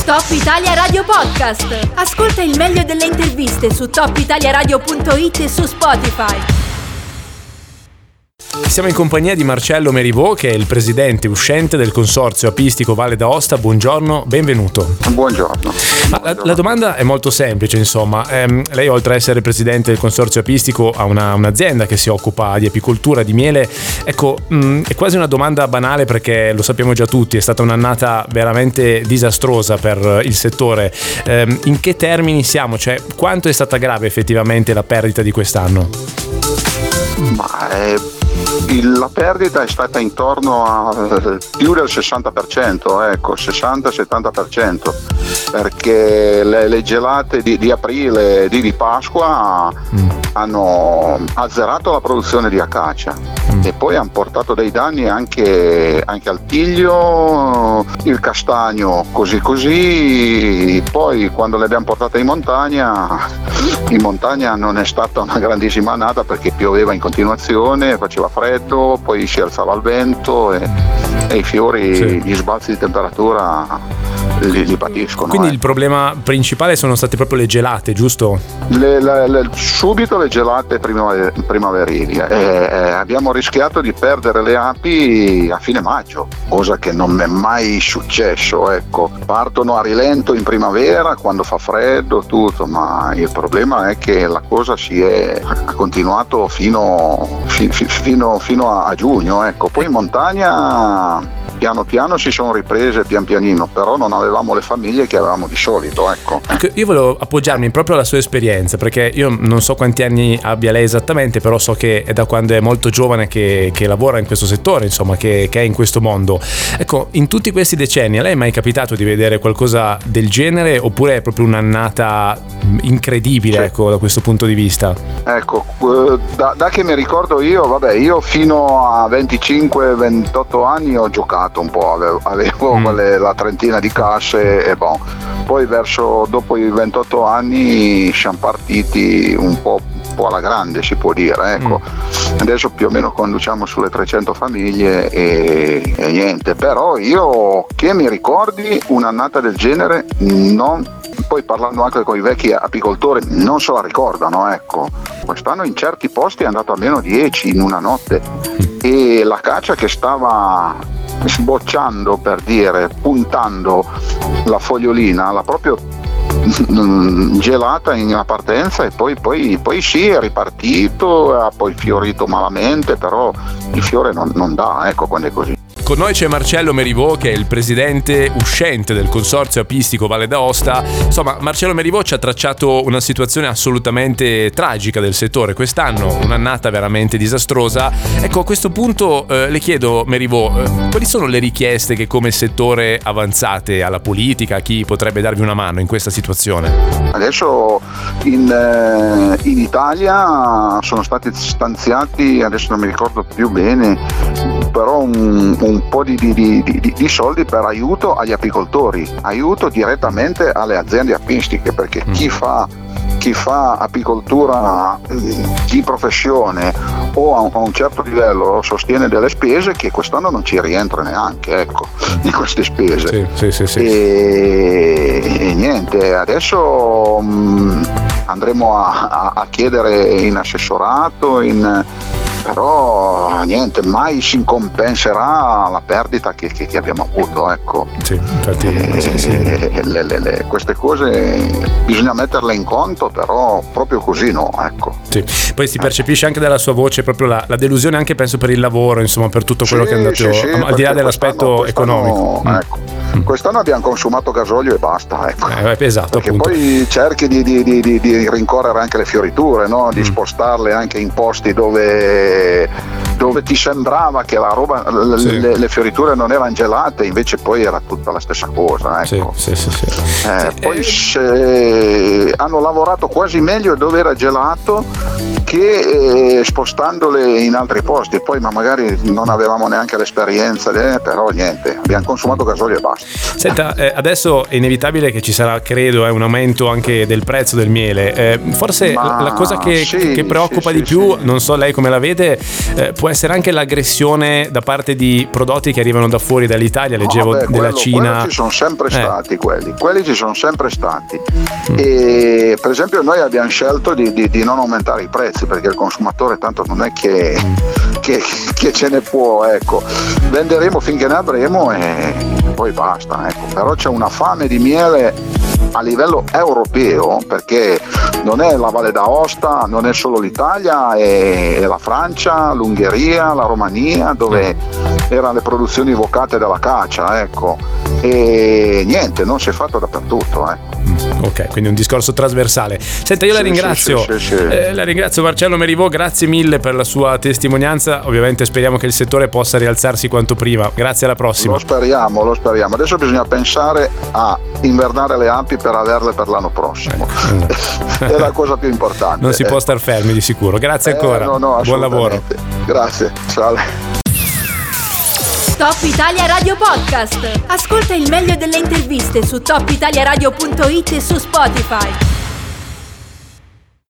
Top Italia Radio Podcast. Ascolta il meglio delle interviste su topitaliaradio.it e su Spotify. Siamo in compagnia di Marcello Merivò, che è il presidente uscente del Consorzio Apistico Valle d'Aosta. Buongiorno, benvenuto. Buongiorno. La domanda è molto semplice, insomma. Lei, oltre a essere presidente del Consorzio Apistico, ha un'azienda che si occupa di apicoltura, di miele. Ecco, è quasi una domanda banale, perché lo sappiamo già tutti, è stata un'annata veramente disastrosa per il settore. In che termini siamo? Cioè, quanto è stata grave effettivamente la perdita di quest'anno? La perdita è stata intorno a più del 60%, ecco, 60-70%, perché le gelate di aprile, di Pasqua, hanno azzerato la produzione di acacia e poi hanno portato dei danni anche al tiglio, il castagno, così. Poi quando le abbiamo portate in montagna non è stata una grandissima annata, perché pioveva in continuazione, faceva freddo, poi si alzava il vento e i fiori, sì, gli sbalzi di temperatura li patiscono. Quindi il problema principale sono state proprio le gelate, giusto? Subito le gelate primaverili. Abbiamo rischiato di perdere le api a fine maggio, cosa che non è mai successo, ecco. Partono a rilento in primavera quando fa freddo, tutto, ma il problema è che la cosa ha continuato fino a giugno, ecco. Poi in montagna piano piano si sono riprese, pian pianino, però non avevamo le famiglie che avevamo di solito, ecco. Io volevo appoggiarmi proprio alla sua esperienza, perché io non so quanti anni abbia lei esattamente, però so che è da quando è molto giovane che lavora in questo settore, insomma, che è in questo mondo. Ecco, in tutti questi decenni a lei è mai capitato di vedere qualcosa del genere, oppure è proprio un'annata incredibile, sì, ecco, da questo punto di vista? Ecco, da che mi ricordo io fino a 25-28 anni ho giocato un po', avevo la trentina di casse e poi dopo i 28 anni siamo partiti un po' alla grande, si può dire, ecco. Adesso più o meno conduciamo sulle 300 famiglie e niente, però io che mi ricordi un'annata del genere poi parlando anche con i vecchi apicoltori non se la ricordano, ecco. Quest'anno in certi posti è andato a meno 10 in una notte e la caccia che stava sbocciando, per dire, puntando la fogliolina, l'ha proprio gelata in partenza e poi sì, è ripartito, ha poi fiorito malamente, però il fiore non dà, ecco, quando è così. Con noi c'è Marcello Merivò, che è il presidente uscente del Consorzio Apistico Valle d'Aosta. Insomma, Marcello Merivò ci ha tracciato una situazione assolutamente tragica del settore quest'anno, un'annata veramente disastrosa. Ecco, a questo punto le chiedo, Merivò, quali sono le richieste che come settore avanzate alla politica, a chi potrebbe darvi una mano in questa situazione? Adesso in Italia sono stati stanziati, adesso non mi ricordo più bene, però un po' di soldi per aiuto agli apicoltori, aiuto direttamente alle aziende apistiche, perché chi fa apicoltura di professione o a un certo livello sostiene delle spese che quest'anno non ci rientra neanche, ecco, di queste spese. Sì. E niente, adesso andremo a chiedere in assessorato, però niente, mai si compenserà la perdita che abbiamo avuto, ecco. Sì, infatti, queste cose bisogna metterle in conto, però proprio così no, ecco. Sì. Poi si percepisce anche dalla sua voce proprio la delusione, anche penso per il lavoro, insomma, per tutto quello che è andato, al di là dell'aspetto economico. Ecco. Quest'anno abbiamo consumato gasolio e basta, ecco. Esatto, perché appunto. Poi cerchi di rincorrere anche le fioriture, no? Di spostarle anche in posti dove ti sembrava che la roba, le fioriture non erano gelate, invece poi era tutta la stessa cosa, ecco. Sì. Poi hanno lavorato quasi meglio dove era gelato che spostandole in altri posti. Poi ma magari non avevamo neanche l'esperienza, però niente, abbiamo consumato gasolio e basta. Senta, adesso è inevitabile che ci sarà, credo, un aumento anche del prezzo del miele. Forse la cosa che preoccupa di più, non so lei come la vede, può essere anche l'aggressione da parte di prodotti che arrivano da fuori dall'Italia. Leggevo della Cina. Quelli ci sono sempre stati, quelli ci sono sempre stati. E per esempio noi abbiamo scelto di non aumentare i prezzi, perché il consumatore tanto non è che ce ne può, ecco. Venderemo finché ne avremo e poi basta, ecco. Però c'è una fame di miele a livello europeo, perché non è la Valle d'Aosta, non è solo l'Italia, è la Francia, l'Ungheria, la Romania, dove erano le produzioni vocate dalla caccia, ecco. E niente, non si è fatto dappertutto, ecco. Ok, quindi un discorso trasversale. Senta, io la ringrazio. La ringrazio Marcello Merivò, grazie mille per la sua testimonianza. Ovviamente speriamo che il settore possa rialzarsi quanto prima. Grazie, alla prossima. Lo speriamo. Adesso bisogna pensare a invernare le api per averle per l'anno prossimo. È la cosa più importante. Non si può star fermi di sicuro. Grazie ancora. Buon lavoro. Grazie. Ciao. Top Italia Radio Podcast. Ascolta il meglio delle interviste su topitaliaradio.it e su Spotify.